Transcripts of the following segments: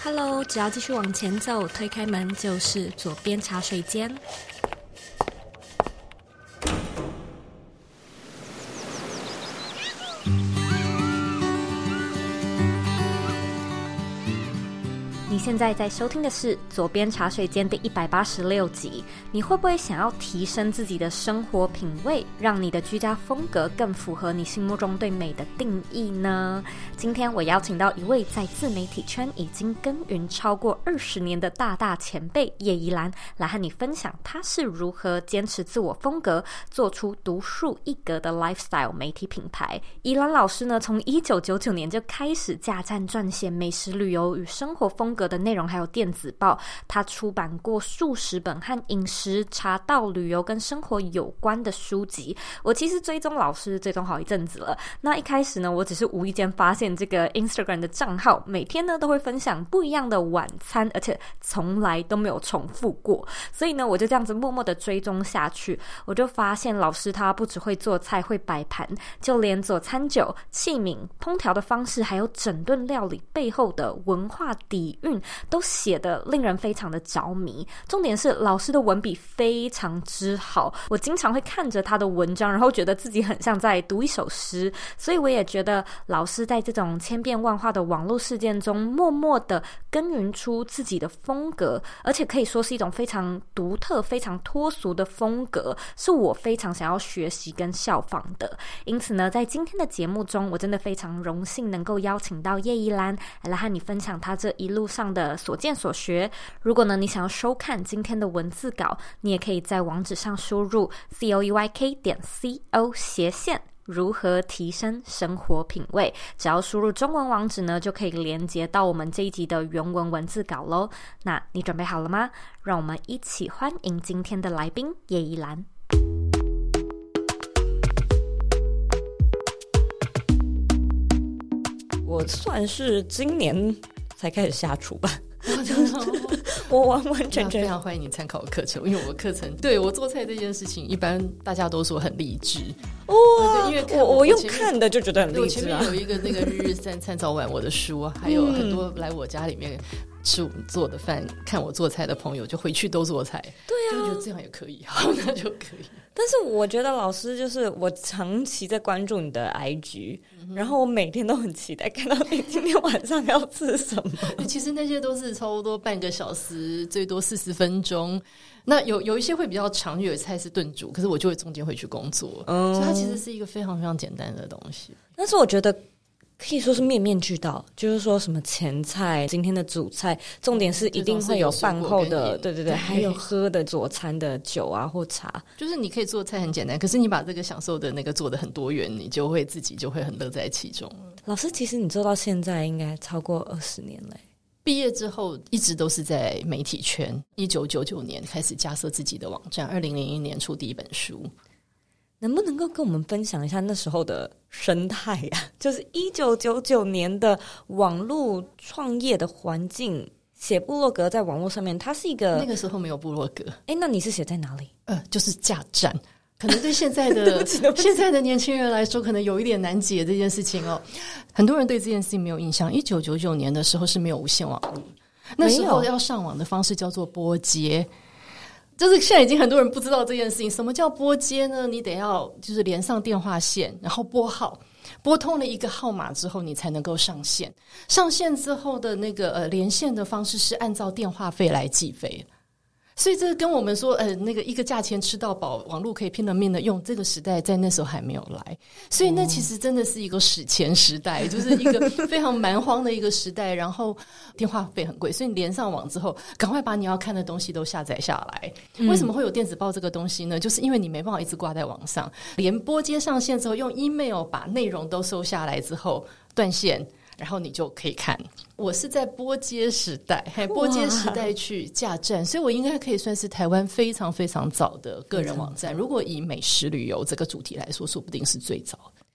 Hello， 只要继续往前走，推开门就是左边茶水间。你现在在收听的是左边茶水间第186集。你会不会想要提升自己的生活品味，让你的居家风格更符合你心目中对美的定义呢？今天我邀请到一位在自媒体圈已经耕耘超过20年的大前辈叶宜兰，来和你分享他是如何坚持自我风格，做出独树一格的 lifestyle 媒体品牌。宜兰老师呢，从1999年就开始架站撰写美食旅游与生活风格的内容还有电子报，他出版过数十本和饮食、茶道、旅游跟生活有关的书籍。我其实追踪老师追踪好一阵子了，那一开始呢，我只是无意间发现这个 Instagram 的账号每天呢都会分享不一样的晚餐，而且从来都没有重复过，所以呢我就这样子默默的追踪下去。我就发现老师他不只会做菜会摆盘，就连做餐酒、器皿、烹调的方式还有整顿料理背后的文化底蕴都写得令人非常的着迷。重点是老师的文笔非常之好，我经常会看着他的文章，然后觉得自己很像在读一首诗。所以我也觉得老师在这种千变万化的网络事件中默默的耕耘出自己的风格，而且可以说是一种非常独特非常脱俗的风格，是我非常想要学习跟效仿的。因此呢，在今天的节目中，我真的非常荣幸能够邀请到叶宜兰来和你分享他这一路上的所见所学。如果呢你想要收看今天的文字稿，你也可以在网址上输入 coeyk.co/ 如何提升生活品味，只要输入中文网址呢，就可以连接到我们这一集的原文文字稿咯。那你准备好了吗？让我们一起欢迎今天的来宾叶宜兰。 我算是今年才开始下厨吧我完完全全非常欢迎你参考我课程，因为我的课程对我做菜这件事情，一般大家都说很励志哇， 因为我用看的就觉得很励志啊。 我前面有一个那个日日三餐早晚我的书，还有很多来我家里面吃我做的饭、看我做菜的朋友，就回去都做菜。 对啊， 就觉得这样也可以，好，那就可以。 但是我觉得老师就是我长期在关注你的 IG，然后我每天都很期待看到你今天晚上要吃什么。 其实那些都是差不多半个小时，最多40分钟。那有一些会比较长，有的菜是炖煮，可是我就会中间回去工作，所以它其实是一个非常非常简单的东西。 但是我觉得可以说是面面俱到，就是说什么前菜、今天的主菜，重点是一定会有饭后的，对，还有喝的佐餐的酒啊或茶。 就是你可以做菜很简单，可是你把这个享受的那个做得很多元，你就会自己就会很乐在其中。 老师，其实你做到现在应该超过20年了。 毕业之后一直都是在媒体圈，1999年开始架设自己的网站，2001年出第一本书。 能不能够跟我们分享一下那时候的生态啊？就是1999年的网络创业的环境，写部落格在网络上面，它是一个那个时候没有部落格。 那你是写在哪里？ 就是架站。可能对现在的现在的年轻人来说，可能有一点难解这件事情哦。很多人对这件事情没有印象。1999年的时候是没有无线网络，那时候要上网的方式叫做拨接。就是现在已经很多人不知道这件事情。什么叫拨接呢？你得要就是连上电话线，然后拨号，拨通了一个号码之后，你才能够上线。上线之后的那个连线的方式是按照电话费来计费。所以这跟我们说那个一个价钱吃到饱，网络可以拼了命的用，这个时代在那时候还没有来。所以那其实真的是一个史前时代，就是一个非常蛮荒的一个时代。然后电话费很贵，所以你连上网之后赶快把你要看的东西都下载下来。为什么会有电子报这个东西呢？就是因为你没办法一直挂在网上，连拨接上线之后用 email 把内容都收下来之后断线，然后你就可以看。我是在拨接时代去架站，所以我应该可以算是台湾非常非常早的个人网站。如果以美食旅游这个主题来说，说不定是最早的。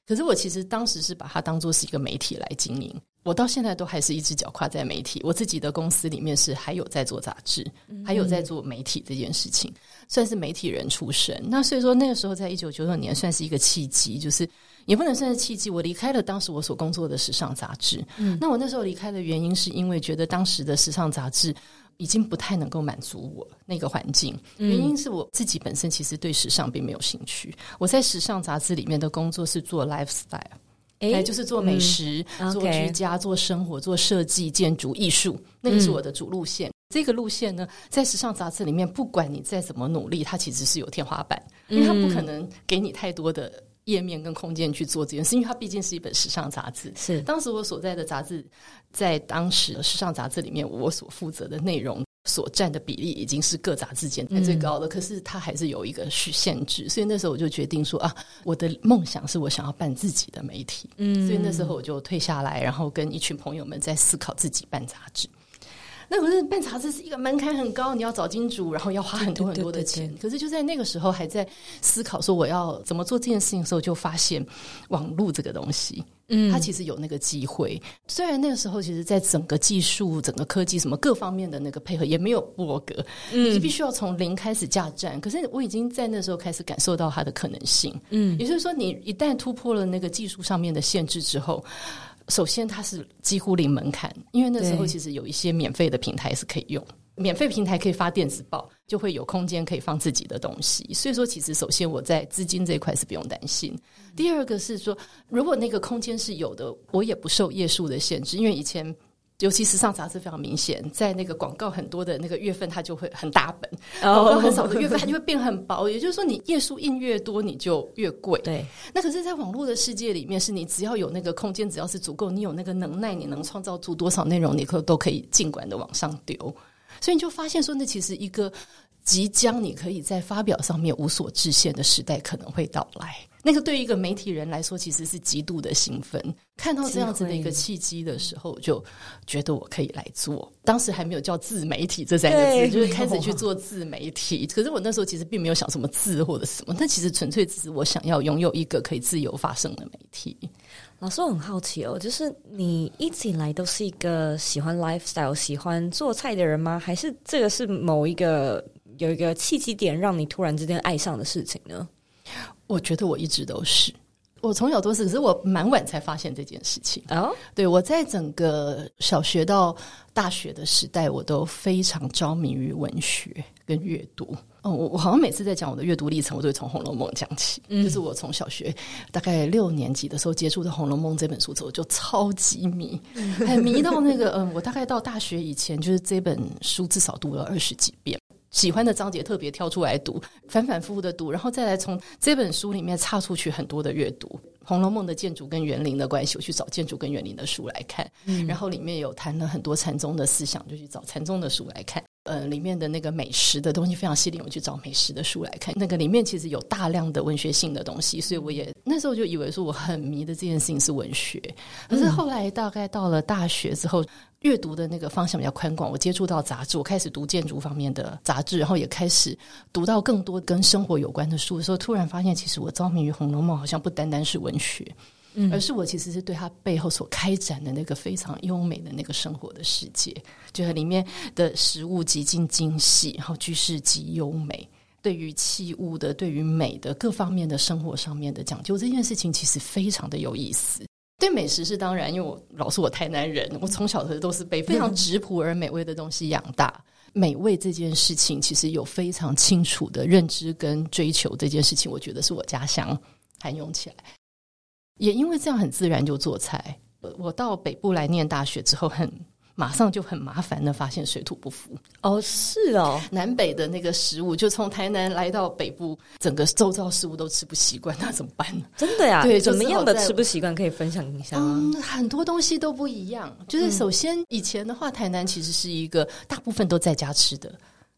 可是我其实当时是把它当作是一个媒体来经营，我到现在都还是一只脚跨在媒体，我自己的公司里面是还有在做杂志，还有在做媒体这件事情，算是媒体人出身。那所以说那个时候在1996年算是一个契机，就是也不能算是契机，我离开了当时我所工作的时尚杂志。那我那时候离开的原因是因为觉得当时的时尚杂志已经不太能够满足我那个环境，原因是我自己本身其实对时尚并没有兴趣。我在时尚杂志里面的工作是做 lifestyle，就是做美食，做居家，做生活，做设计、建筑、艺术，那个是我的主路线。这个路线呢，在时尚杂志里面，不管你再怎么努力，它其实是有天花板，因为它不可能给你太多的页面跟空间去做这件事，因为它毕竟是一本时尚杂志。是当时我所在的杂志，在当时的时尚杂志里面，我所负责的内容所占的比例已经是各杂志间最高的，可是它还是有一个限制，所以那时候我就决定说我的梦想是我想要办自己的媒体，所以那时候我就退下来，然后跟一群朋友们在思考自己办杂志。那可是办杂志是一个门槛很高，你要找金主，然后要花很多很多的钱。可是就在那个时候还在思考说我要怎么做这件事情的时候，就发现网络这个东西它其实有那个机会。虽然那个时候其实在整个技术整个科技什么各方面的那个配合也没有部落格，你必须要从零开始架站，可是我已经在那时候开始感受到它的可能性。也就是说你一旦突破了那个技术上面的限制之后，首先它是几乎零门槛，因为那时候其实有一些免费的平台是可以用，免费平台可以发电子报，就会有空间可以放自己的东西，所以说其实首先我在资金这一块是不用担心。第二个是说如果那个空间是有的，我也不受页数的限制，因为以前尤其时尚杂志非常明显，在那个广告很多的那个月份它就会很大本，广告很少的月份它就会变很薄，也就是说你页数印越多你就越贵。对，那可是在网络的世界里面，是你只要有那个空间，只要是足够，你有那个能耐，你能创造出多少内容，你都可以尽管的往上丢。所以你就发现说，那其实一个即将你可以在发表上面无所制限的时代可能会到来。那个对于一个媒体人来说其实是极度的兴奋，看到这样子的一个契机的时候，就觉得我可以来做。当时还没有叫自媒体这三个字，就是开始去做自媒体。可是我那时候其实并没有想什么字或者什么，但其实纯粹只是我想要拥有一个可以自由发声的媒体。 老师，我很好奇就是你一直以来都是一个喜欢 lifestyle 喜欢做菜的人吗？还是这个是某一个有一个契机点让你突然之间爱上的事情呢？ 我觉得我一直都是，我从小都是，可是我蛮晚才发现这件事情。对，我在整个小学到大学的时代，我都非常着迷于文学跟阅读。我好像每次在讲我的阅读历程，我都会从《红楼梦》讲起。就是我从小学大概6年级的时候接触的《红楼梦》这本书之后，就超级迷，很迷到那个我大概到大学以前，就是这本书至少读了20几遍。喜欢的章节特别挑出来读，反反复复的读，然后再来从这本书里面岔出去很多的阅读。《红楼梦》的建筑跟园林的关系，我去找建筑跟园林的书来看，然后里面有谈了很多禅宗的思想，就去找禅宗的书来看。里面的那个美食的东西非常吸引我，去找美食的书来看。那个里面其实有大量的文学性的东西，所以我也那时候就以为说我很迷的这件事情是文学。可是后来大概到了大学之后，阅读的那个方向比较宽广，我接触到杂志，我开始读建筑方面的杂志，然后也开始读到更多跟生活有关的书的时候，突然发现其实我着迷于《红楼梦》好像不单单是文学，而是我其实是对它背后所开展的那个非常优美的那个生活的世界，就是里面的食物极尽精细，然后居室极优美，对于器物的对于美的各方面的生活上面的讲究，这件事情其实非常的有意思。对美食是当然，因为我台南人，我从小都是被非常质朴而美味的东西养大。美味这件事情其实有非常清楚的认知跟追求，这件事情我觉得是我家乡涵涌起来。也因为这样很自然就做菜。我到北部来念大学之后，马上就很麻烦的发现水土不服。 是哦， 南北的那个食物，就从台南来到北部，整个周遭食物都吃不习惯，那怎么办呢？ 真的呀？ 对， 怎么样的吃不习惯可以分享一下吗？ 很多东西都不一样。就是首先以前的话，台南其实是一个大部分都在家吃的。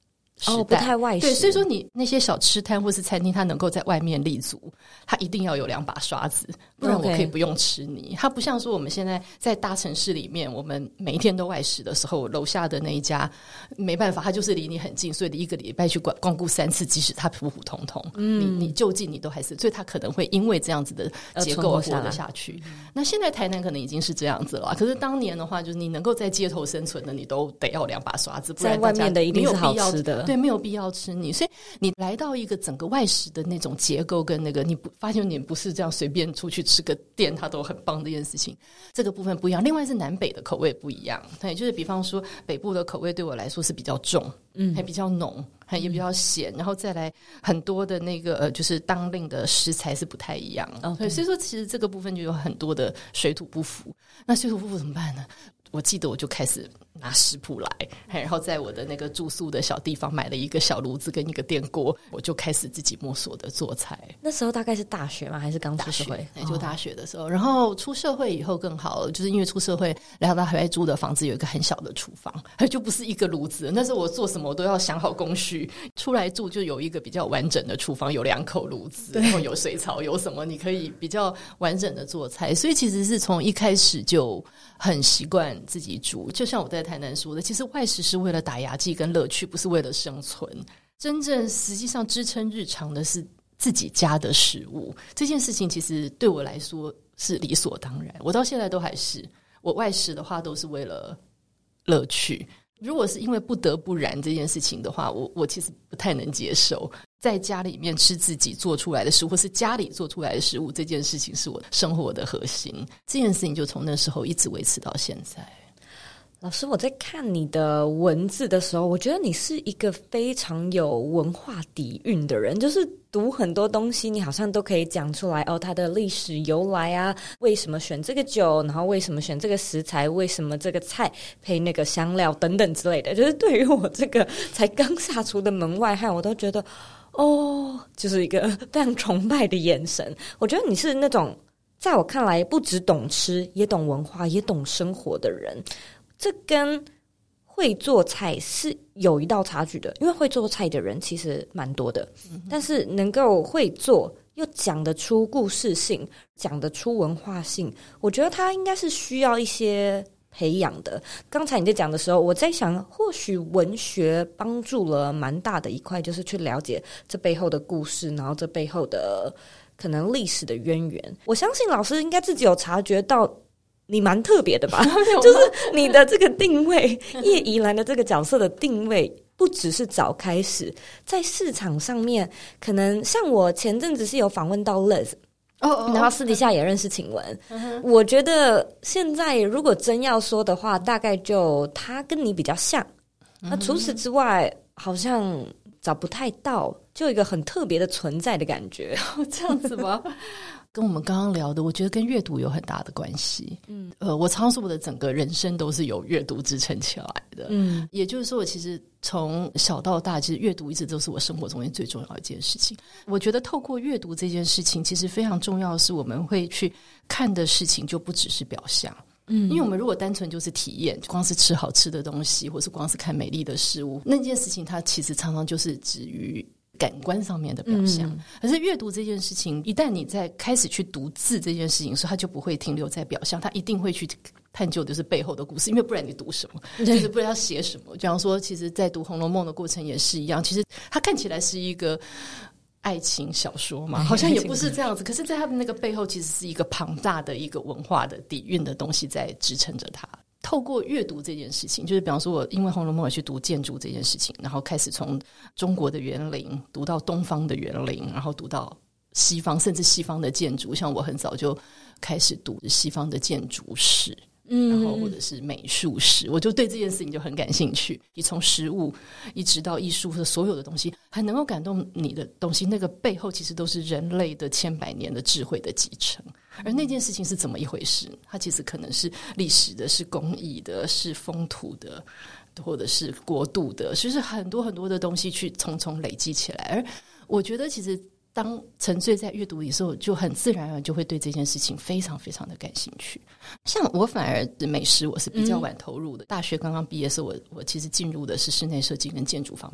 时代， 不太外食。 对，所以说你那些小吃摊或是餐厅，它能够在外面立足，它一定要有2把刷子，不然我可以不用吃你。它不像说我们现在在大城市里面，我们每一天都外食的时候，楼下的那一家没办法，它就是离你很近，所以你一个礼拜去光顾3次，即使它普普通通，你就近你都还是，所以它可能会因为这样子的结构活得下去。那现在台南可能已经是这样子了，可是当年的话，就是你能够在街头生存的，你都得要2把刷子，不然在外面的一定是好吃的， 对，没有必要吃你。所以你来到一个整个外食的那种结构跟那个，你发现你不是这样随便出去吃个店它都很棒的一件事情，这个部分不一样。另外是南北的口味不一样，对，就是比方说北部的口味对我来说是比较重，还比较浓，也比较咸，然后再来很多的那个就是当令的食材是不太一样，所以说其实这个部分就有很多的水土不服。那水土不服怎么办呢？我记得我就开始拿食谱来，然后在我的那个住宿的小地方买了一个小炉子跟一个电锅，我就开始自己摸索的做菜。 那时候大概是大学吗？还是刚出社会？ 就大学的时候，然后出社会以后更好了，就是因为出社会来到海外租的房子有一个很小的厨房，就不是一个炉子，那时候我做什么我都要想好工序。出来住就有一个比较完整的厨房，有2口炉子，然后有水槽，有什么你可以比较完整的做菜。所以其实是从一开始就很习惯自己煮，就像我在台南说的，其实外食是为了打牙祭跟乐趣，不是为了生存。真正实际上支撑日常的是自己家的食物，这件事情其实对我来说是理所当然，我到现在都还是，我外食的话都是为了乐趣。如果是因为不得不然这件事情的话，我其实不太能接受。在家里面吃自己做出来的食物，或是家里做出来的食物，这件事情是我生活的核心。这件事情就从那时候一直维持到现在。 老师，我在看你的文字的时候，我觉得你是一个非常有文化底蕴的人，就是读很多东西你好像都可以讲出来，它的历史由来啊，为什么选这个酒，然后为什么选这个食材，为什么这个菜配那个香料等等之类的，就是对于我这个才刚下厨的门外汉，我都觉得就是一个非常崇拜的眼神。我觉得你是那种在我看来不只懂吃也懂文化也懂生活的人，这跟会做菜是有一道差距的，因为会做菜的人其实蛮多的，但是能够会做又讲得出故事性，讲得出文化性，我觉得他应该是需要一些培养的。刚才你在讲的时候，我在想或许文学帮助了蛮大的一块，就是去了解这背后的故事，然后这背后的可能历史的渊源。我相信老师应该自己有察觉到你蛮特别的吧就是你的这个定位叶宜兰的这个角色的定位不只是早开始在市场上面，可能像我前阵子是有访问到 Liz，然后私底下也认识晴雯，我觉得现在如果真要说的话，大概就他跟你比较像，那除此之外好像找不太到，就一个很特别的存在的感觉这样子吗？跟我们刚刚聊的，我觉得跟阅读有很大的关系。我常说我的整个人生都是由阅读支撑起来的。也就是说，我其实从小到大，其实阅读一直都是我生活中最重要的一件事情。我觉得透过阅读这件事情，其实非常重要的是，我们会去看的事情就不只是表象。因为我们如果单纯就是体验，光是吃好吃的东西，或是光是看美丽的事物，那件事情它其实常常就是止于感官上面的表象。可是阅读这件事情，一旦你在开始去读字这件事情时，它就不会停留在表象，它一定会去探究的是背后的故事，因为不然你读什么，就是不知道写什么。比方说其实在读《红楼梦》的过程也是一样，其实它看起来是一个爱情小说嘛，好像也不是这样子，可是在它的那个背后其实是一个庞大的一个文化的底蕴的东西在支撑着它。透过阅读这件事情，就是比方说我因为《红楼梦》而去读建筑这件事情，然后开始从中国的园林读到东方的园林，然后读到西方，甚至西方的建筑，像我很早就开始读西方的建筑史，然后或者是美术史，我就对这件事情就很感兴趣。你从食物一直到艺术的所有的东西，很能够感动你的东西，那个背后其实都是人类的千百年的智慧的集成。而那件事情是怎么一回事？它其实可能是历史的，是工艺的，是风土的，或者是国度的，就是很多很多的东西去重重累积起来。而我觉得其实当沉醉在阅读的时候，就很自然而然就会对这件事情非常非常的感兴趣。像我反而美食我是比较晚投入的，大学刚刚毕业的时候，我其实进入的是室内设计跟建筑方面的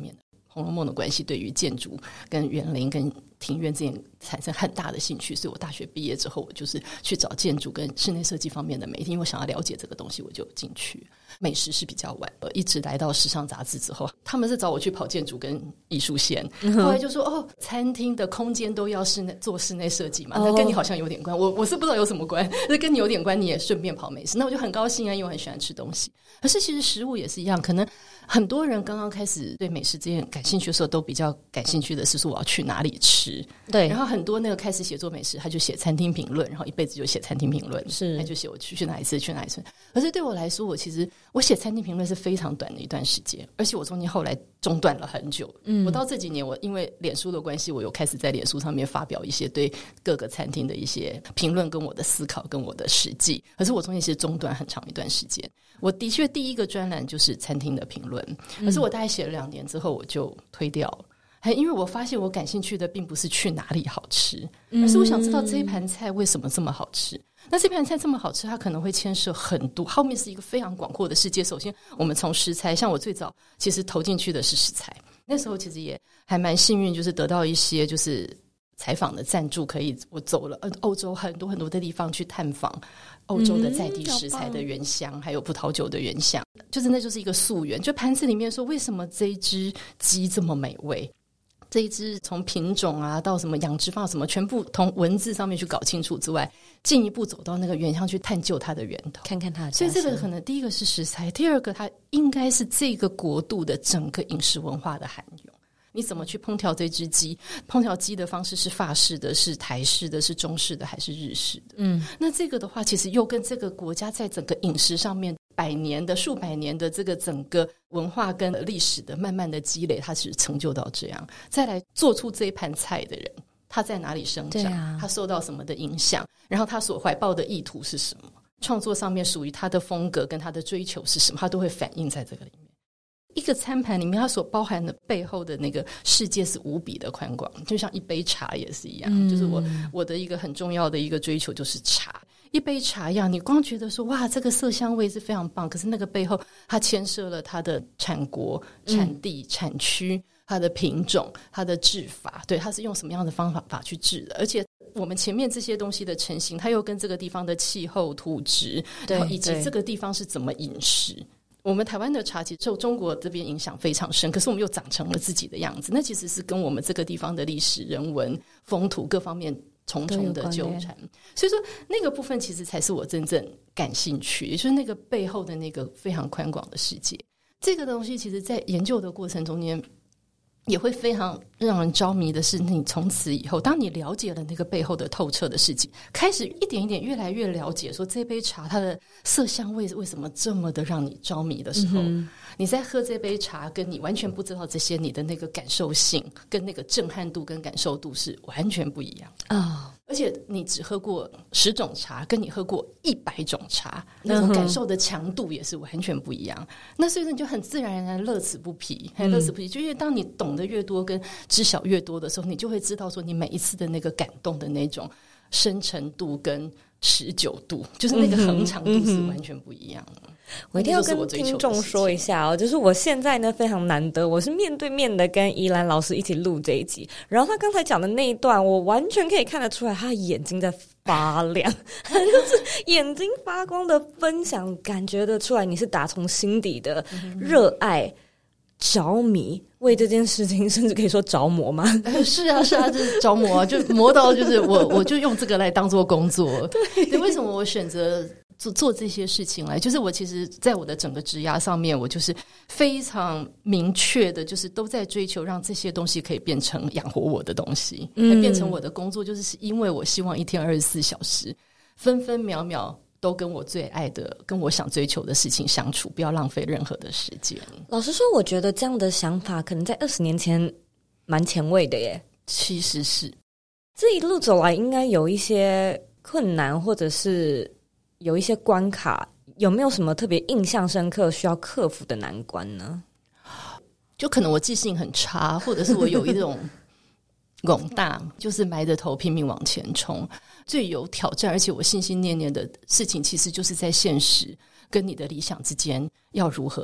红楼梦的关系，对于建筑跟园林跟庭院这件产生很大的兴趣，所以我大学毕业之后，我就是去找建筑跟室内设计方面的媒体，因为我想要了解这个东西，我就进去。美食是比较晚，一直来到时尚杂志之后，他们是找我去跑建筑跟艺术线，后来就说餐厅的空间都要做室内设计嘛，那跟你好像有点关，我是不知道有什么关，那跟你有点关，你也顺便跑美食，那我就很高兴啊，因为我很喜欢吃东西。可是其实食物也是一样，可能很多人刚刚开始对美食这件感兴趣的时候，都比较感兴趣的是说我要去哪里吃，对，然后很多那个开始写作美食，他就写餐厅评论，然后一辈子就写餐厅评论，是，他就写我去哪里吃去哪里吃。可是对我来说，我写餐厅评论是非常短的一段时间，而且我中间后来中断了很久。我到这几年，我因为脸书的关系，我有开始在脸书上面发表一些对各个餐厅的一些评论，跟我的思考，跟我的实际。可是我中间是中断很长一段时间。我的确第一个专栏就是餐厅的评论，可是我大概写了2年之后，我就推掉了。因为我发现我感兴趣的并不是去哪里好吃，而是我想知道这一盘菜为什么这么好吃。那这盘菜这么好吃，它可能会牵涉很多，后面是一个非常广阔的世界。首先我们从食材，像我最早其实投进去的是食材，那时候其实也还蛮幸运，就是得到一些就是采访的赞助，我走了欧洲很多很多的地方去探访欧洲的在地食材的原乡，还有葡萄酒的原乡，那就是一个溯源。就盘子里面说为什么这一只鸡这么美味，这一只从品种啊到什么养殖方什么，全部从文字上面去搞清楚之外，进一步走到那个原乡去探究它的源头，看看它的。所以这个可能第一个是食材，第二个它应该是这个国度的整个饮食文化的涵养。你怎么去烹调这只鸡？烹调鸡的方式是法式的，是台式的，是中式的，还是日式的？那这个的话，其实又跟这个国家在整个饮食上面数百年的这个整个文化跟历史的慢慢的积累，它是成就到这样。再来做出这一盘菜的人，他在哪里生长？他受到什么的影响？然后他所怀抱的意图是什么？创作上面属于他的风格跟他的追求是什么？他都会反映在这个里面。一个餐盘里面它所包含的背后的那个世界是无比的宽广，就像一杯茶也是一样，就是我的一个很重要的一个追求就是茶。一杯茶一样，你光觉得说哇这个色香味是非常棒，可是那个背后它牵涉了它的产国、产地、产区，它的品种，它的制法，对，它是用什么样的方法去制的，而且我们前面这些东西的成型，它又跟这个地方的气候、土质，然后以及这个地方是怎么饮食。我们台湾的茶其实受中国这边影响非常深，可是我们又长成了自己的样子，那其实是跟我们这个地方的历史、人文、风土各方面重重的纠缠。所以说那个部分其实才是我真正感兴趣，也就是那个背后的那个非常宽广的世界。这个东西其实在研究的过程中间也会非常让人着迷的是，你从此以后当你了解了那个背后的透彻的世界，开始一点一点越来越了解说这杯茶它的色香味为什么这么的让你着迷的时候，你在喝这杯茶跟你完全不知道这些，你的那个感受性跟那个震撼度跟感受度是完全不一样而且你只喝过10种茶跟你喝过100种茶，那种感受的强度也是完全不一样那所以你就很自然而然乐此不疲就因为当你懂得越多跟知晓越多的时候，你就会知道说你每一次的那个感动的那种深沉度跟持久度，就是那个恒长度是完全不一样的我一定要跟听众说一下就是我现在呢非常难得，我是面对面的跟宜兰老师一起录这一集，然后他刚才讲的那一段我完全可以看得出来他的眼睛在发亮他就是眼睛发光的分享，感觉得出来你是打从心底的热爱着迷为这件事情，甚至可以说着魔吗？ 是啊，就是着魔就魔到就是我就用这个来当做工作对，为什么我选择做这些事情来，就是我其实在我的整个职涯上面，我就是非常明确的就是都在追求让这些东西可以变成养活我的东西变成我的工作，就是因为我希望一天24小时分分秒秒都跟我最爱的跟我想追求的事情相处，不要浪费任何的时间。 老实说我觉得这样的想法可能在20年前蛮前卫的耶。 其实是这一路走来应该有一些困难或者是有一些关卡，有没有什么特别印象深刻需要克服的难关呢？ 就可能我记性很差，或者是我有一种拱大就是埋着头拼命往前冲。最有挑战而且我心心念念的事情，其实就是在现实跟你的理想之间要如何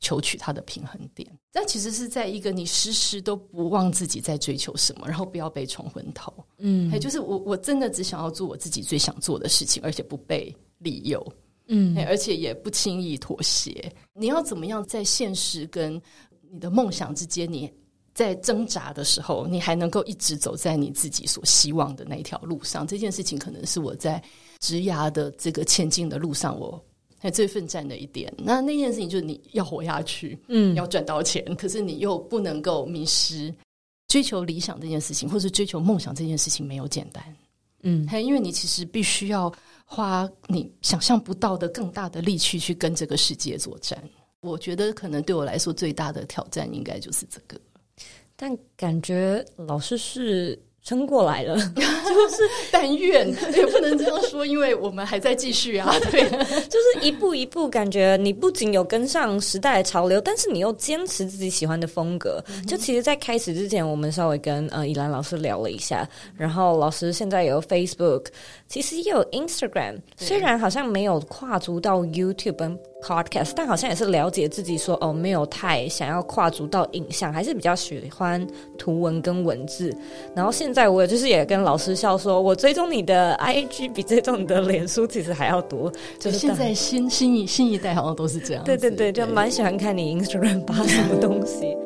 求取它的平衡点。但其实是在一个你时时都不忘自己在追求什么，然后不要被冲昏头。就是我真的只想要做我自己最想做的事情，而且不被利诱，而且也不轻易妥协。你要怎么样在现实跟你的梦想之间，你在挣扎的时候，你还能够一直走在你自己所希望的那条路上，这件事情可能是我在职涯的这个前进的路上我最奋战的一点。那件事情就是你要活下去，要赚到钱，可是你又不能够迷失追求理想这件事情，或是追求梦想这件事情没有简单。因为你其实必须要花你想象不到的更大的力气去跟这个世界作战。我觉得可能对我来说最大的挑战应该就是这个。 但感觉老师是撑过来了， 就是但愿也不能这样说，因为我们还在继续啊。对， 就是一步一步，感觉你不仅有跟上时代的潮流，但是你又坚持自己喜欢的风格。就其实在开始之前，我们稍微跟宜兰老师聊了一下，然后老师现在有 Facebook， 其实也有 Instagram， 虽然好像没有跨足到 YouTube 跟 Podcast， 但好像也是了解自己说没有太想要跨足到影像，还是比较喜欢图文跟文字。然后现在我就是也跟老师笑说，我追踪你的 IG 比追踪你的脸书其实还要多。 就是现在新一代好像都是这样子。 对对对，就蛮喜欢看你 Instagram 发什么东西。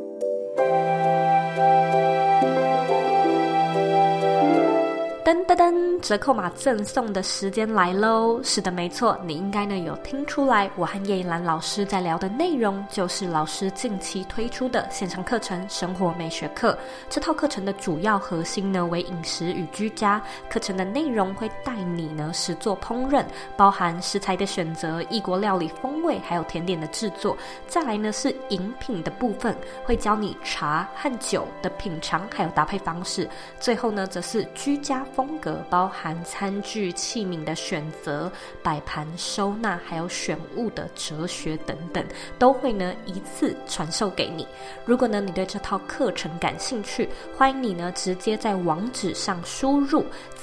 噔噔噔，折扣码赠送的时间来咯。是的，没错，你应该呢有听出来，我和叶怡兰老师在聊的内容就是老师近期推出的线上课程生活美学课。这套课程的主要核心呢为饮食与居家，课程的内容会带你呢实作烹饪，包含食材的选择、异国料理风味，还有甜点的制作。再来呢是饮品的部分，会教你茶和酒的品尝还有搭配方式。最后呢则是居家风格，包含餐具器皿的选择、摆盘收纳还有选物的哲学等等，都会呢一次传授给你。如果呢你对这套课程感兴趣，欢迎你呢直接在网址上输入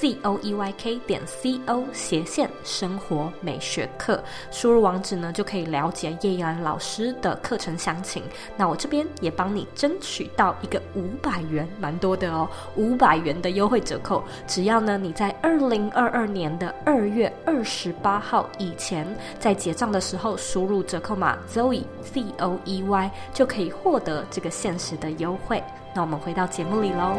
zoeyk.co/ 生活美学课，输入网址呢就可以了解叶怡兰老师的课程详情。那我这边也帮你争取到一个500元，蛮多的哦，500元的优惠折扣。只要呢你在2022年的2月28号以前，在结账的时候输入折扣码 Zoey ZOEY， 就可以获得这个限时的优惠。那我们回到节目里咯。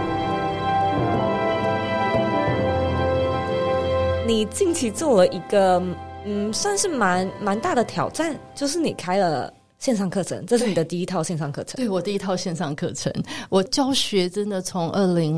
你近期做了一个算是蛮大的挑战，就是你开了线上课程，这是你的第一套线上课程。 对，我第一套线上课程。我教学真的从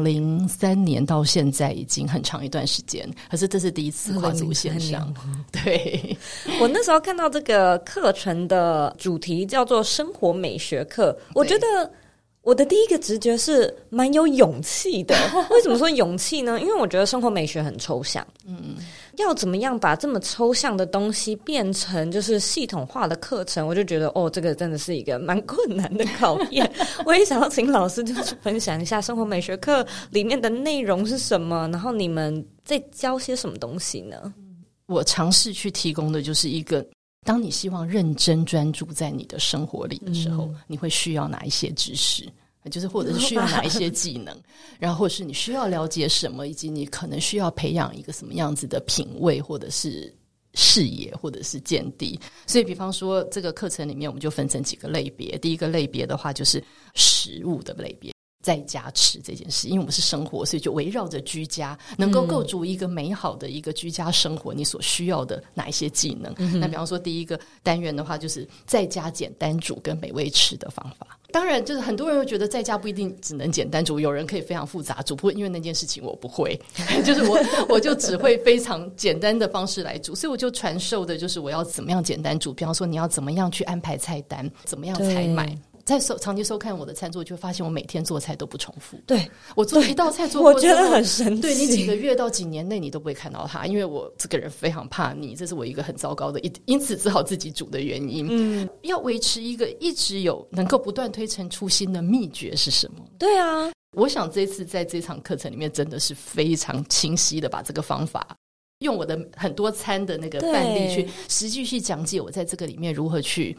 2003年到现在已经很长一段时间，可是这是第一次跨足线上。对， 我那时候看到这个课程的主题叫做生活美学课，我觉得我的第一个直觉是蛮有勇气的。为什么说勇气呢？因为我觉得生活美学很抽象，要怎么样把这么抽象的东西变成就是系统化的课程，我就觉得这个真的是一个蛮困难的考验。我也想要请老师就是分享一下生活美学课里面的内容是什么，然后你们在教些什么东西呢？ 我尝试去提供的就是一个，当你希望认真专注在你的生活里的时候，你会需要哪一些知识，就是或者是需要哪一些技能，然后或是你需要了解什么，以及你可能需要培养一个什么样子的品味或者是视野或者是见地。所以比方说这个课程里面我们就分成几个类别。第一个类别的话就是食物的类别，在家吃这件事，因为我们是生活，所以就围绕着居家，能够构筑一个美好的一个居家生活，你所需要的哪一些技能。那比方说第一个单元的话就是在家简单煮跟美味吃的方法。当然就是很多人会觉得在家不一定只能简单煮，有人可以非常复杂煮，不过因为那件事情我不会，就是我就只会非常简单的方式来煮，所以我就传授的就是我要怎么样简单煮。比方说你要怎么样去安排菜单，怎么样采买。在长期收看我的餐桌，就会发现我每天做菜都不重复。 对， 我做一道菜做过， 我觉得很神奇。 对，你几个月到几年内你都不会看到它，因为我这个人非常怕腻，这是我一个很糟糕的，因此只好自己煮的原因。要维持一个一直有能够不断推陈出新的秘诀是什么？ 对啊， 我想这次在这场课程里面真的是非常清晰的把这个方法用我的很多餐的那个范例去实际去讲解我在这个里面如何去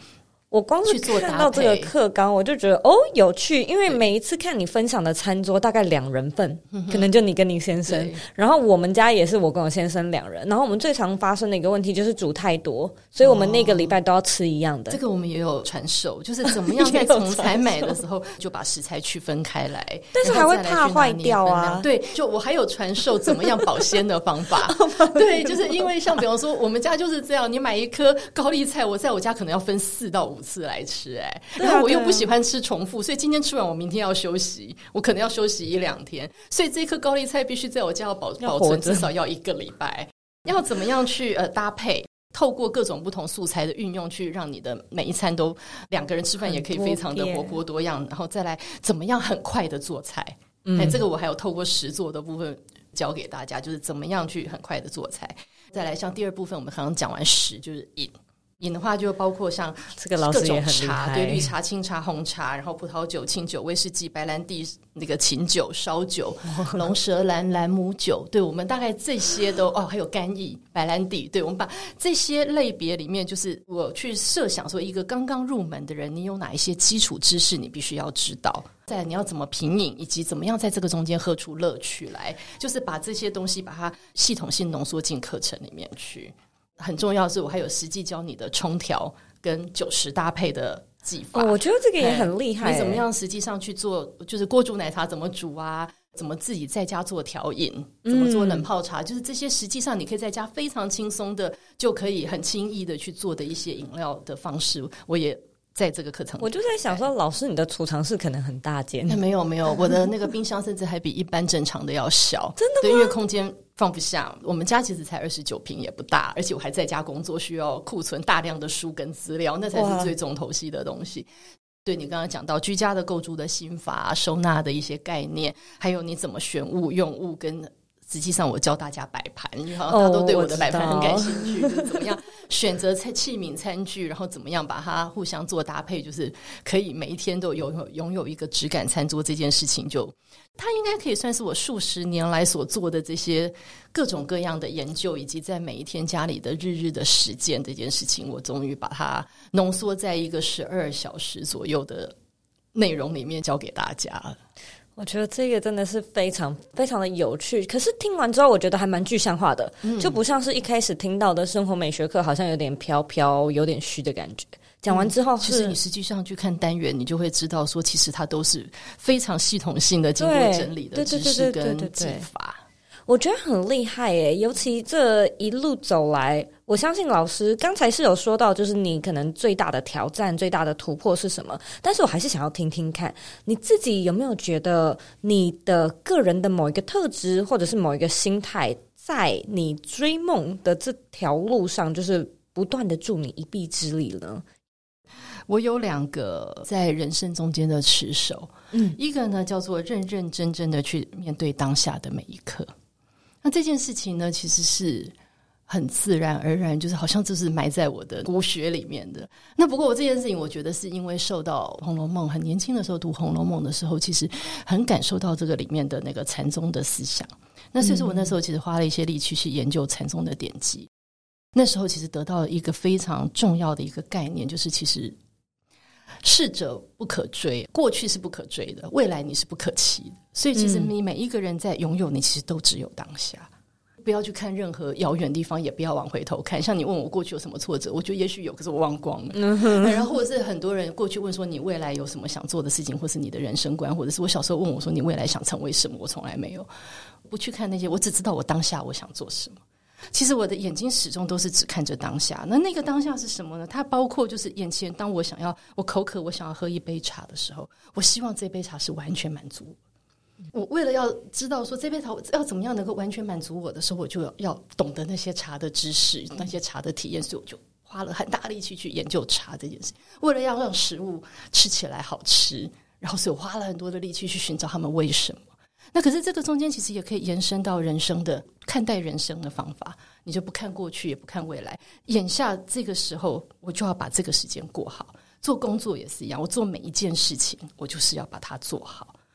我光是看到这个课纲我就觉得有趣，因为每一次看你分享的餐桌大概2人份，可能就你跟你先生，然后我们家也是我跟我先生2人，然后我们最常发生的一个问题就是煮太多，所以我们那个礼拜都要吃一样的。 这个我们也有传授，就是怎么样在从采买的时候就把食材区分开来， 但是还会怕坏掉啊。 对，就我还有传授怎么样保鲜的方法。对，就是因为像比方说我们家就是这样，你买一颗高丽菜，我在我家可能要分4到5次来吃，然后我又不喜欢吃重复，所以今天吃完我明天要休息，我可能要休息1-2天，所以这颗高丽菜必须在我家要保存至少要1个礼拜。要怎么样去搭配，透过各种不同素材的运用，去让你的每一餐都2个人吃饭也可以非常的活泼多样，然后再来怎么样很快的做菜。这个我还有透过实作的部分教给大家，就是怎么样去很快的做菜。再来像第2部分我们刚刚讲完食，就是饮的话就包括像这个老师也很厉害， 对，绿茶、清茶、红茶，然后葡萄酒、清酒、威士忌、白兰地、那个琴酒、烧酒、龙舌兰、兰姆酒，对，我们大概这些都还有干邑、白兰地，对，我们把这些类别里面，就是我去设想说，一个刚刚入门的人，你有哪一些基础知识你必须要知道，再来你要怎么品饮，以及怎么样在这个中间喝出乐趣来，就是把这些东西把它系统性浓缩进课程里面去。很重要的是我还有实际教你的冲调跟酒食搭配的技法。 我觉得这个也很厉害， 你怎么样实际上去做，就是锅煮奶茶怎么煮啊，怎么自己在家做调饮，怎么做冷泡茶，就是这些实际上你可以在家非常轻松的就可以很轻易的去做的一些饮料的方式，我也在这个课程。 我就在想说，老师你的储藏室可能很大间。 没有，我的那个冰箱甚至还比一般正常的要小。 真的吗？ 对，因为空间放不下。我们家其实才29平，也不大，而且我还在家工作，需要库存大量的书跟资料，那才是最重头戏的东西。对，你刚刚讲到居家的构筑的心法、收纳的一些概念，还有你怎么选物用物，跟实际上我教大家摆盘，因为好像大家都对我的摆盘很感兴趣，就是怎么样选择器皿餐具，然后怎么样把它互相做搭配，就是可以每一天都拥有一个质感餐桌，这件事情就它应该可以算是我数十年来所做的这些各种各样的研究，以及在每一天家里的日的实践这件事情，我终于把它浓缩在一个12小时左右的内容里面教给大家了。 我觉得这个真的是非常非常的有趣，可是听完之后我觉得还蛮具象化的，就不像是一开始听到的生活美学课好像有点飘飘有点虚的感觉。讲完之后其实你实际上去看单元，你就会知道说其实它都是非常系统性的经过整理的知识跟技法。 我觉得很厉害耶，尤其这一路走来，我相信老师刚才是有说到，就是你可能最大的挑战、最大的突破是什么？但是我还是想要听听看，你自己有没有觉得你的个人的某一个特质，或者是某一个心态，在你追梦的这条路上，就是不断的助你一臂之力呢？ 我有2个在人生中间的持守，一个呢叫做认认真真的去面对当下的每一刻。那这件事情呢，其实是很自然而然，就是好像就是埋在我的骨血里面的。那不过我这件事情，我觉得是因为受到《红楼梦》，很年轻的时候读《红楼梦》的时候，其实很感受到这个里面的那个禅宗的思想。那所以说我那时候其实花了一些力气去研究禅宗的典籍。那时候其实得到了一个非常重要的一个概念，就是其实逝者不可追，过去是不可追的，未来你是不可期的。所以其实你每一个人在拥有，你其实都只有当下，不要去看任何遥远地方，也不要往回头看。像你问我过去有什么挫折，我觉得也许有，可是我忘光了。然后或者是很多人过去问说你未来有什么想做的事情，或是你的人生观，或者是我小时候问我说你未来想成为什么，我从来没有不去看那些，我只知道我当下我想做什么。其实我的眼睛始终都是只看着当下。那个当下是什么呢？它包括就是眼前，当我口渴，我想要喝一杯茶的时候，我希望这杯茶是完全满足我。我为了要知道说这杯茶要怎么样能够完全满足我的时候，我就要懂得那些茶的知识，那些茶的体验，所以我就花了很大力气去研究茶这件事。为了要让食物吃起来好吃，然后所以我花了很多的力气去寻找他们为什么。那可是这个中间其实也可以延伸到人生的看待人生的方法，你就不看过去也不看未来，眼下这个时候我就要把这个时间过好。做工作也是一样，我做每一件事情我就是要把它做好，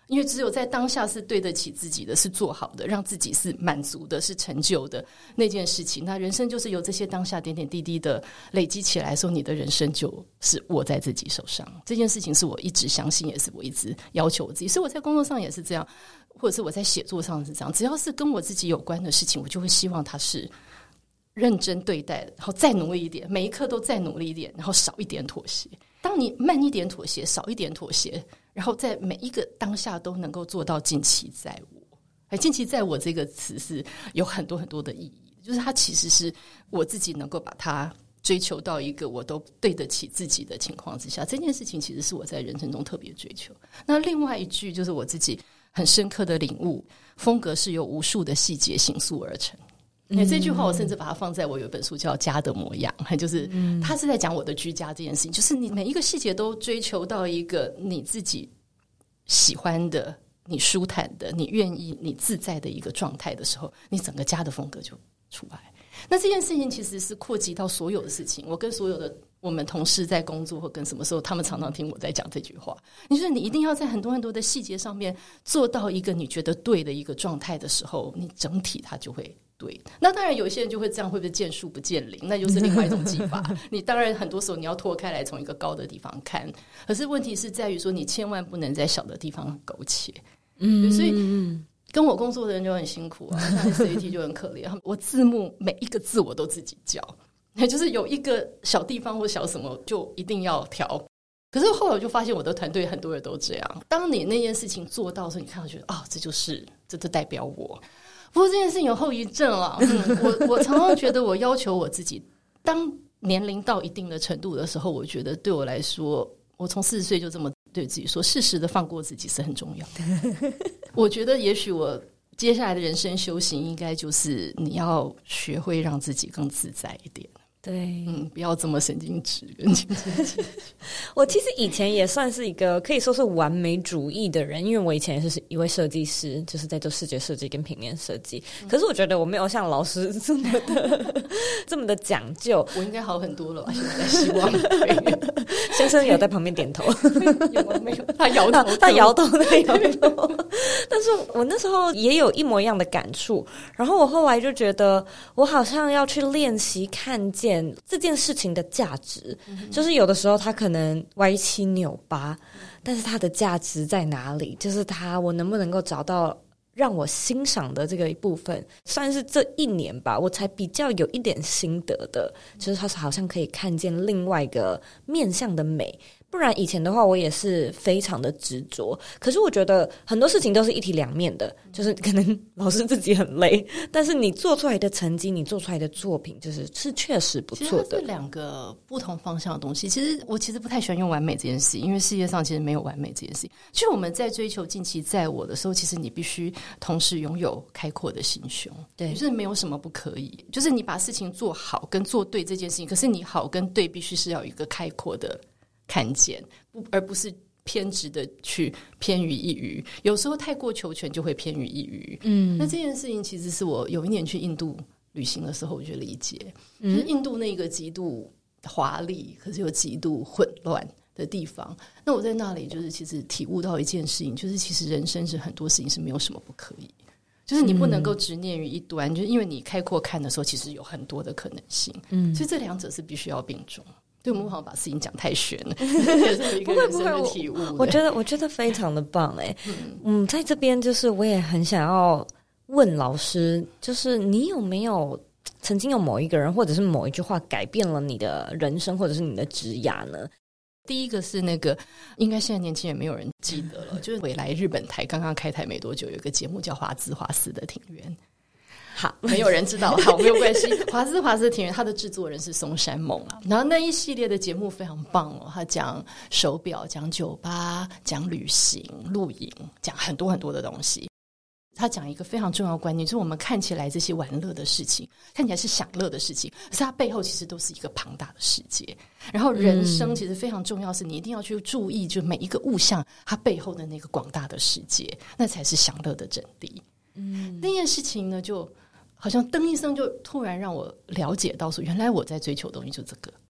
因为只有在当下是对得起自己的，是做好的，让自己是满足的，是成就的那件事情。那人生就是由这些当下点点滴滴的累积起来的时候，你的人生就是握在自己手上。这件事情是我一直相信，也是我一直要求我自己。所以我在工作上也是这样，或者是我在写作上是这样，只要是跟我自己有关的事情，我就会希望它是认真对待的，然后再努力一点，每一刻都再努力一点，然后少一点妥协。当你慢一点妥协，少一点妥协，然后在每一个当下都能够做到尽其在我。尽其在我这个词是有很多很多的意义，就是它其实是我自己能够把它追求到一个我都对得起自己的情况之下，这件事情其实是我在人生中特别追求。那另外一句就是我自己很深刻的领悟，风格是由无数的细节形塑而成。这句话我甚至把它放在我有一本书叫《家的模样》，就是他是在讲我的居家这件事情，就是你每一个细节都追求到一个你自己喜欢的、你舒坦的、你愿意、你自在的一个状态的时候，你整个家的风格就出来。那这件事情其实是扩及到所有的事情，我跟所有的我们同事在工作或跟什么时候，他们常常听我在讲这句话，你说你一定要在很多很多的细节上面做到一个你觉得对的一个状态的时候，你整体它就会对。那当然有些人就会这样，会不会见树不见林，那就是另外一种技法你当然很多时候你要拖开来从一个高的地方看，可是问题是在于说你千万不能在小的地方苟且。所以跟我工作的人就很辛苦啊，像 SAT 就很可怜我字幕每一个字我都自己校，就是有一个小地方或小什么就一定要调。可是后来我就发现我的团队很多人都这样，当你那件事情做到的时候，你看到觉得这代表我。不过这件事情有后遗症了我常常觉得我要求我自己，当年龄到一定的程度的时候，我觉得对我来说，我从40岁就这么对自己说，适时的放过自己是很重要的我觉得也许我接下来的人生修行应该就是你要学会让自己更自在一点。 对， 不要这么神经质跟斤斤计较。 我其实以前也算是一个可以说是完美主义的人，因为我以前也是一位设计师，就是在做视觉设计跟平面设计。可是我觉得我没有像老师这么的讲究。 我应该好很多了吧？现在希望先生有在旁边点头有吗？没有，他摇头， 他摇头。但是我那时候也有一模一样的感触，然后我后来就觉得我好像要去练习看见这件事情的价值，就是有的时候它可能歪七扭八，但是它的价值在哪里？就是我能不能够找到让我欣赏的这个一部分。算是这一年吧，我才比较有一点心得的，就是它好像可以看见另外一个面向的美。不然以前的话我也是非常的执着，可是我觉得很多事情都是一体两面的，就是可能老师自己很累，但是你做出来的成绩，你做出来的作品是确实不错的。 其实是两个不同方向的东西。我其实不太喜欢用完美这件事，因为世界上其实没有完美这件事。就我们在追求尽其在我的时候，其实你必须同时拥有开阔的心胸。对，就是没有什么不可以，就是你把事情做好跟做对这件事情，可是你好跟对必须是要有一个开阔的看见，而不是偏执的去偏于一隅。有时候太过求全就会偏于一隅。那这件事情其实是我有一年去印度旅行的时候我就理解，就是印度那个极度华丽可是又极度混乱的地方，那我在那里就是其实体悟到一件事情，就是其实人生是很多事情是没有什么不可以，就是你不能够执念于一端，就是因为你开阔看的时候其实有很多的可能性。所以这两者是必须要并重。对，我们好像把事情讲太玄了，也是有一个人生的体悟。 我觉得非常的棒在这边就是我也很想要问老师，就是你有没有曾经有某一个人或者是某一句话改变了你的人生或者是你的职涯呢？ 第一个是那个应该现在年轻人没有人记得了，就是回来日本台刚刚开台没多久，有一个节目叫华兹华斯的庭园。好，没有人知道，好，没有关系。华兹庭园，它的制作人是松山梦啊。然后那一系列的节目非常棒哦，他讲手表，讲酒吧，讲旅行、露营，讲很多很多的东西。他讲一个非常重要的观念，就是我们看起来这些玩乐的事情，看起来是享乐的事情，可是它背后其实都是一个庞大的世界。然后人生其实非常重要，是你一定要去注意，就每一个物象它背后的那个广大的世界，那才是享乐的真谛。那件事情呢，就好像噔一声就突然让我了解到说，原来我在追求的东西就这个。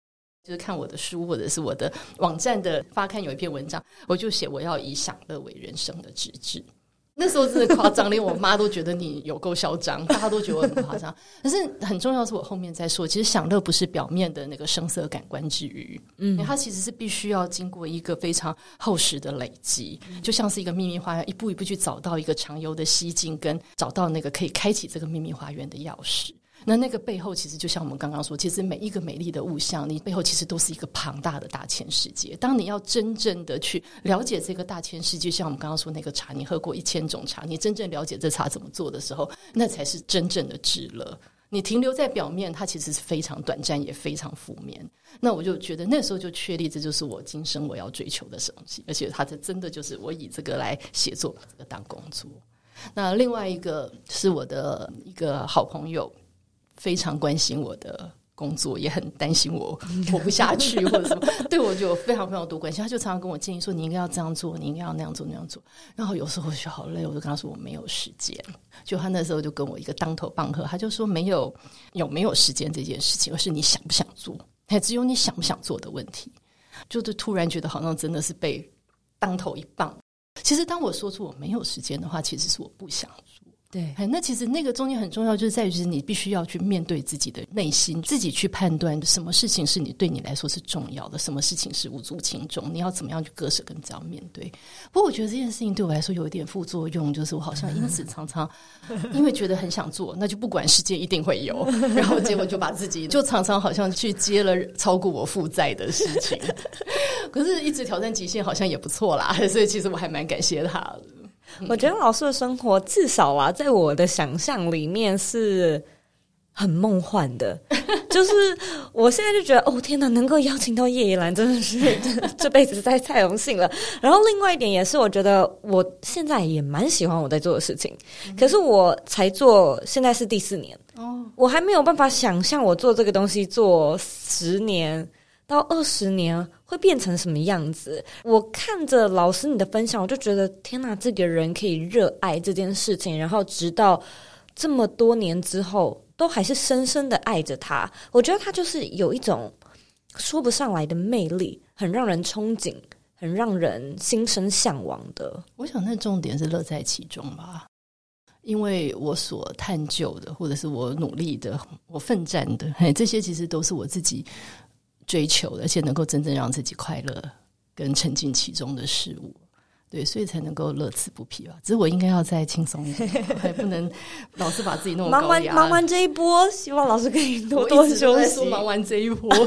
就是看我的书或者是我的网站的发刊有一篇文章，我就写我要以享乐为人生的旨志。那时候真的夸张，连我妈都觉得你有够嚣张，大家都觉得我很夸张。可是很重要的是我后面再说，其实享乐不是表面的那个声色感官之娱，它其实是必须要经过一个非常厚实的累积，就像是一个秘密花园，一步一步去找到一个长游的西径，跟找到那个可以开启这个秘密花园的钥匙。那个背后其实就像我们刚刚说，其实每一个美丽的物象，你背后其实都是一个庞大的大千世界。当你要真正的去了解这个大千世界，像我们刚刚说那个茶，你喝过1000种茶，你真正了解这茶怎么做的时候，那才是真正的至乐。你停留在表面，它其实是非常短暂也非常负面。那我就觉得那时候就确立这就是我今生我要追求的东西，而且它真的就是我以这个来写作，把这个当工作。那另外一个是我的一个好朋友，非常关心我的工作，也很担心我活不下去或者什么，对我就有非常非常多关心。他就常常跟我建议说，你应该要这样做，你应该要那样做那样做。然后有时候我就好累，我就跟他说我没有时间。就他那时候就跟我一个当头棒喝，他就说有没有时间这件事情，而是你想不想做，还只有你想不想做的问题。就是突然觉得好像真的是被当头一棒。其实当我说出我没有时间的话，其实是我不想做。对，那其实那个中间很重要，就是在于你必须要去面对自己的内心，自己去判断什么事情是对你来说是重要的，什么事情是无足轻重，你要怎么样去割舍跟这样面对。不过我觉得这件事情对我来说有一点副作用，就是我好像因此常常因为觉得很想做，那就不管时间一定会有，然后结果就把自己就常常好像去接了超过我负债的事情。可是一直挑战极限好像也不错啦，所以其实我还蛮感谢他的。 我觉得老师的生活至少啊，在我的想象里面是很梦幻的。就是我现在就觉得哦天哪，能够邀请到叶宜兰真的是这辈子太荣幸了。然后另外一点也是，我觉得我现在也蛮喜欢我在做的事情，可是我才做现在是第4年，我还没有办法想象我做这个东西做10年到20年会变成什么样子。我看着老师你的分享，我就觉得天哪，这个人可以热爱这件事情，然后直到这么多年之后都还是深深的爱着他。我觉得他就是有一种说不上来的魅力，很让人憧憬，很让人心生向往的。 我想那重点是乐在其中吧，因为我所探究的，或者是我努力的，我奋战的，这些其实都是我自己追求的，而且能够真正让自己快乐跟沉浸其中的事物。对，所以才能够乐此不疲吧。只是我应该要再轻松一点，还不能老是把自己弄高压。 忙完这一波，希望老师可以多多休息。 忙完这一波。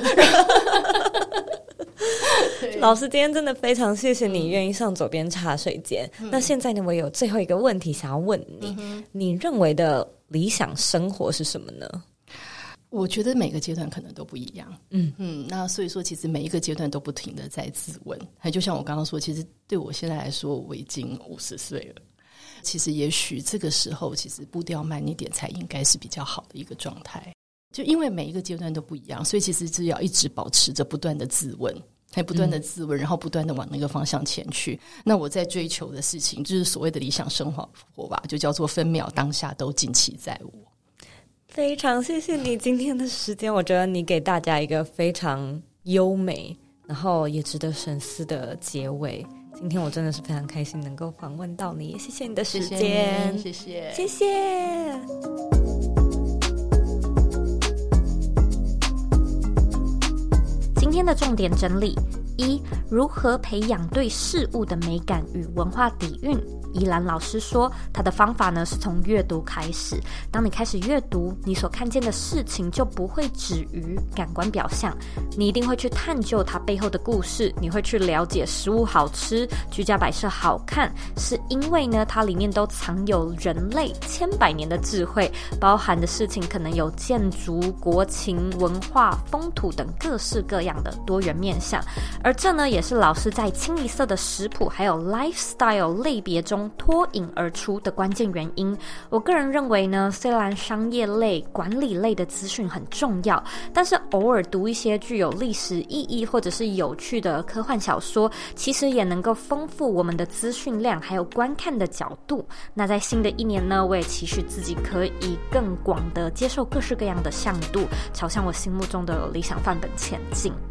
老师今天真的非常谢谢你愿意上左边茶水间。那现在呢，我有最后一个问题想要问你，你认为的理想生活是什么呢？ 我觉得每个阶段可能都不一样，那所以说其实每一个阶段都不停的在自问。还就像我刚刚说，其实对我现在来说，我已经50岁了，其实也许这个时候其实步调慢一点才应该是比较好的一个状态。就因为每一个阶段都不一样，所以其实是要一直保持着不断的自问，还不断的自问，然后不断的往那个方向前去。那我在追求的事情就是所谓的理想生活吧，就叫做分秒当下都尽其在我。 非常谢谢你今天的时间，我觉得你给大家一个非常优美然后也值得深思的结尾。今天我真的是非常开心能够访问到你，谢谢你的时间。 谢谢。 今天的重点整理：1. 如何培养对事物的美感与文化底蕴。宜兰老师说，他的方法呢是从阅读开始。当你开始阅读，你所看见的事情就不会止于感官表象，你一定会去探究它背后的故事，你会去了解食物好吃、居家摆设好看，是因为呢它里面都藏有人类千百年的智慧，包含的事情可能有建筑、国情、文化、风土等各式各样的多元面向。而这呢也是老师在清一色的食谱还有 lifestyle 类别中脱颖而出的关键原因。我个人认为呢，虽然商业类、管理类的资讯很重要，但是偶尔读一些具有历史意义或者是有趣的科幻小说，其实也能够丰富我们的资讯量还有观看的角度。那在新的一年呢，我也期许自己可以更广的接受各式各样的向度，朝向我心目中的理想范本前进。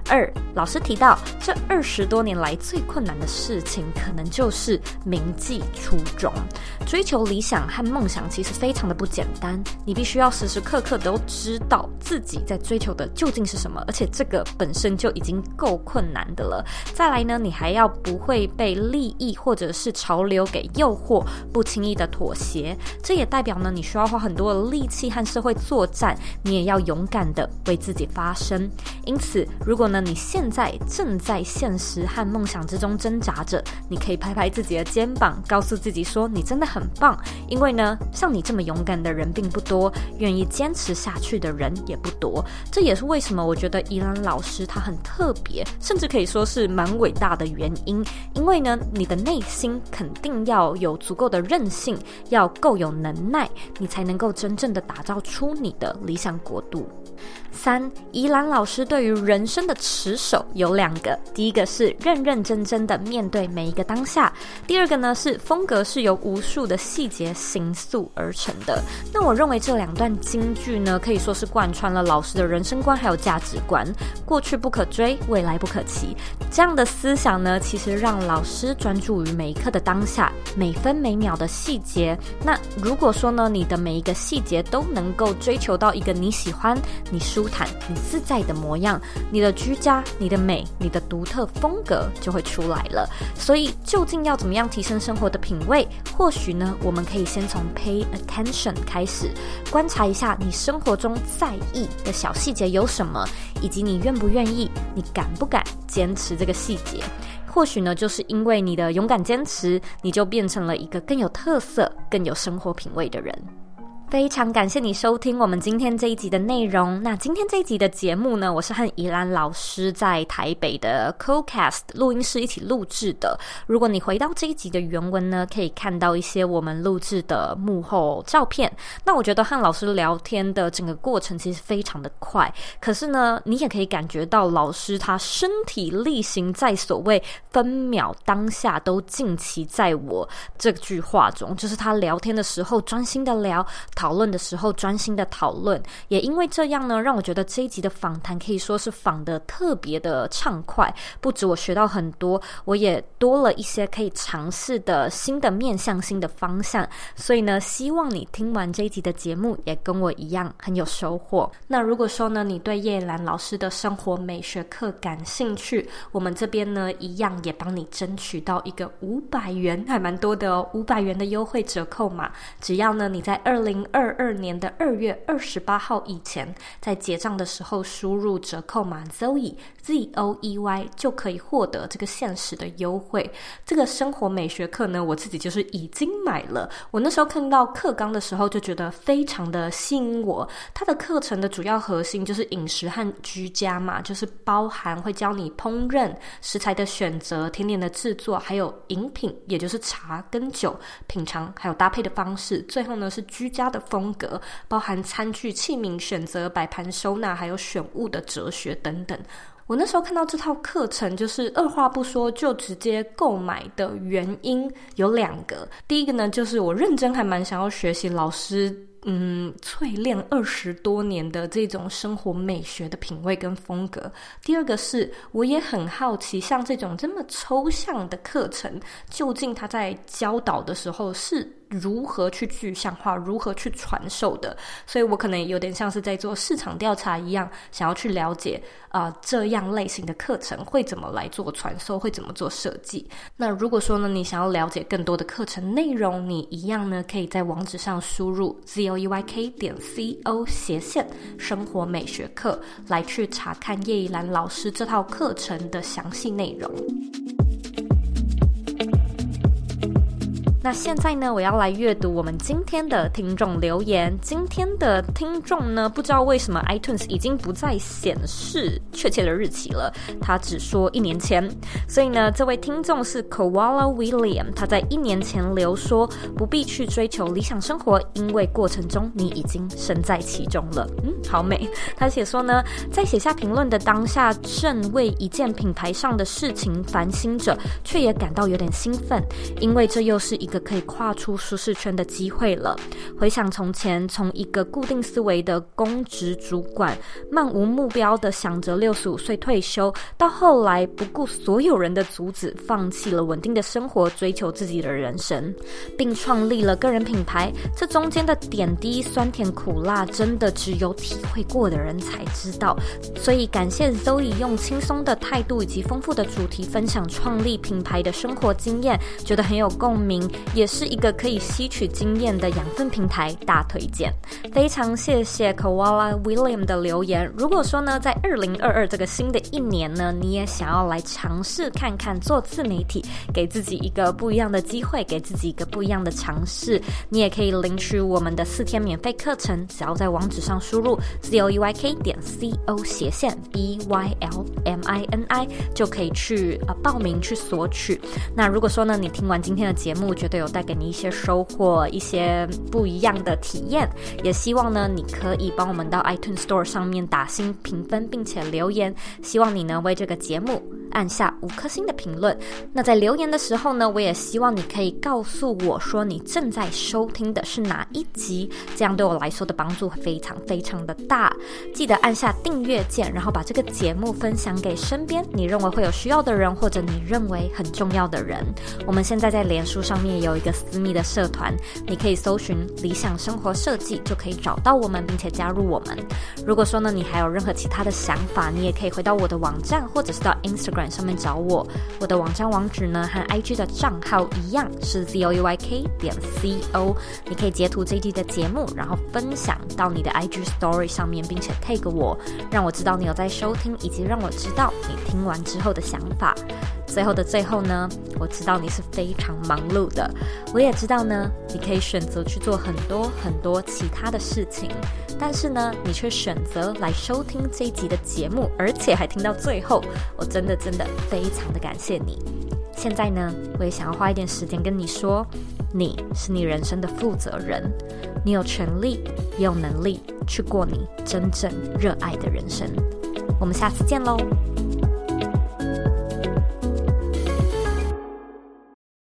2，老师提到这20多年来最困难的事情可能就是铭记初衷。追求理想和梦想其实非常的不简单，你必须要时时刻刻都知道自己在追求的究竟是什么，而且这个本身就已经够困难的了。再来呢，你还要不会被利益或者是潮流给诱惑，不轻易的妥协。这也代表呢，你需要花很多的力气和社会作战，你也要勇敢的为自己发声。因此，如果呢你现在正在现实和梦想之中挣扎着，你可以拍拍自己的肩膀，告诉自己说你真的很棒，因为呢像你这么勇敢的人并不多，愿意坚持下去的人也不多。这也是为什么我觉得宜兰老师他很特别，甚至可以说是蛮伟大的原因。因为呢你的内心肯定要有足够的韧性，要够有能耐，你才能够真正的打造出你的理想国度。3，宜兰老师对于人生的持守有2个，第一个是认认真真的面对每一个当下，第二个呢是风格是由无数的细节形塑而成的。那我认为这2段金句呢，可以说是贯穿了老师的人生观还有价值观，过去不可追，未来不可期。这样的思想呢，其实让老师专注于每一刻的当下，每分每秒的细节。那如果说呢，你的每一个细节都能够追求到一个你喜欢、你舒坦、你自在的模样，你的居家、你的美、你的独特风格就会出来了。所以究竟要怎么样提升生活的品味，或许呢我们可以先从 pay attention 开始，观察一下你生活中在意的小细节有什么，以及你愿不愿意，你敢不敢坚持这个细节。或许呢就是因为你的勇敢坚持，你就变成了一个更有特色、更有生活品味的人。非常感谢你收听我们今天这一集的内容。那今天这一集的节目呢，我是和宜兰老师在台北的 CoCast 录音室一起录制的。如果你回到这一集的原文呢，可以看到一些我们录制的幕后照片。那我觉得和老师聊天的整个过程其实非常的快，可是呢你也可以感觉到老师他身体力行在所谓分秒当下都尽其在我这句话中，就是他聊天的时候专心的聊，讨论的时候专心的讨论。也因为这样呢，让我觉得这一集的访谈可以说是访得特别的畅快，不止我学到很多，我也多了一些可以尝试的新的面向、新的方向。所以呢，希望你听完这一集的节目也跟我一样很有收获。那如果说呢你对叶兰老师的生活美学课感兴趣，我们这边呢一样也帮你争取到一个500元，还蛮多的哦，500元的优惠折扣码。只要呢你在2022年的2月28号以前，在结账的时候输入折扣码 Zoey ZOEY 就可以获得这个限时的优惠。这个生活美学课呢，我自己就是已经买了。我那时候看到课纲的时候就觉得非常的吸引我。它的课程的主要核心就是饮食和居家嘛，就是包含会教你烹饪、食材的选择、甜点的制作，还有饮品，也就是茶跟酒品尝还有搭配的方式。最后呢是居家的风格，包含餐具器皿选择、摆盘收纳，还有选物的哲学等等。我那时候看到这套课程，就是二话不说就直接购买的原因有2个。第一个呢，就是我认真还蛮想要学习老师淬炼20多年的这种生活美学的品味跟风格。第二个是我也很好奇，像这种这么抽象的课程，究竟他在教导的时候是如何去具象化，如何去传授的。所以我可能有点像是在做市场调查一样，想要去了解这样类型的课程会怎么来做传授，会怎么做设计。那如果说呢你想要了解更多的课程内容，你一样呢可以在网址上输入 zoeyk.co/ 生活美学课来去查看叶宜兰老师这套课程的详细内容。那现在呢，我要来阅读我们今天的听众留言。今天的听众呢，不知道为什么 iTunes 已经不再显示确切的日期了，他只说1年前。所以呢，这位听众是 Koala William， 他在1年前留说，不必去追求理想生活，因为过程中你已经身在其中了。好美。他写说呢，在写下评论的当下，正为一件品牌上的事情烦心着，却也感到有点兴奋，因为这又是一个可以跨出舒适圈的机会了。回想从前，从一个固定思维的公职主管，漫无目标的想着65岁退休，到后来不顾所有人的阻止，放弃了稳定的生活，追求自己的人生，并创立了个人品牌。这中间的点滴酸甜苦辣，真的只有体会过的人才知道。所以感谢 Zoe 用轻松的态度以及丰富的主题分享创立品牌的生活经验，觉得很有共鸣，也是一个可以吸取经验的养分平台，大推荐。非常谢谢 Koala William 的留言。如果说呢，在2022这个新的一年呢，你也想要来尝试看看做自媒体，给自己一个不一样的机会，给自己一个不一样的尝试，你也可以领取我们的4天免费课程，只要在网址上输入 zoeyk.co/bylmini 就可以去报名去索取。那如果说呢，你听完今天的节目，觉得有带给你一些收获，一些不一样的体验，也希望呢，你可以帮我们到 iTunes Store 上面打星评分，并且留言。希望你呢为这个节目按下5颗星的评论。那在留言的时候呢，我也希望你可以告诉我说你正在收听的是哪一集，这样对我来说的帮助非常非常的大。记得按下订阅键，然后把这个节目分享给身边你认为会有需要的人，或者你认为很重要的人。我们现在在脸书上面有一个私密的社团，你可以搜寻理想生活设计，就可以找到我们并且加入我们。如果说呢，你还有任何其他的想法，你也可以回到我的网站，或者是到 Instagram 上面找我。我的网站网址呢和 IG 的账号一样，是 zoeyk.co。 你可以截图这一集的节目，然后分享到你的 IG Story 上面，并且 tag 我，让我知道你有在收听，以及让我知道你听完之后的想法。最后的最后呢，我知道你是非常忙碌的，我也知道呢，你可以选择去做很多很多其他的事情，但是呢，你却选择来收听这一集的节目，而且还听到最后，我真的非常的感谢你。现在呢，我也想要花一点时间跟你说，你是你人生的负责人，你有权利也有能力去过你真正热爱的人生。我们下次见咯。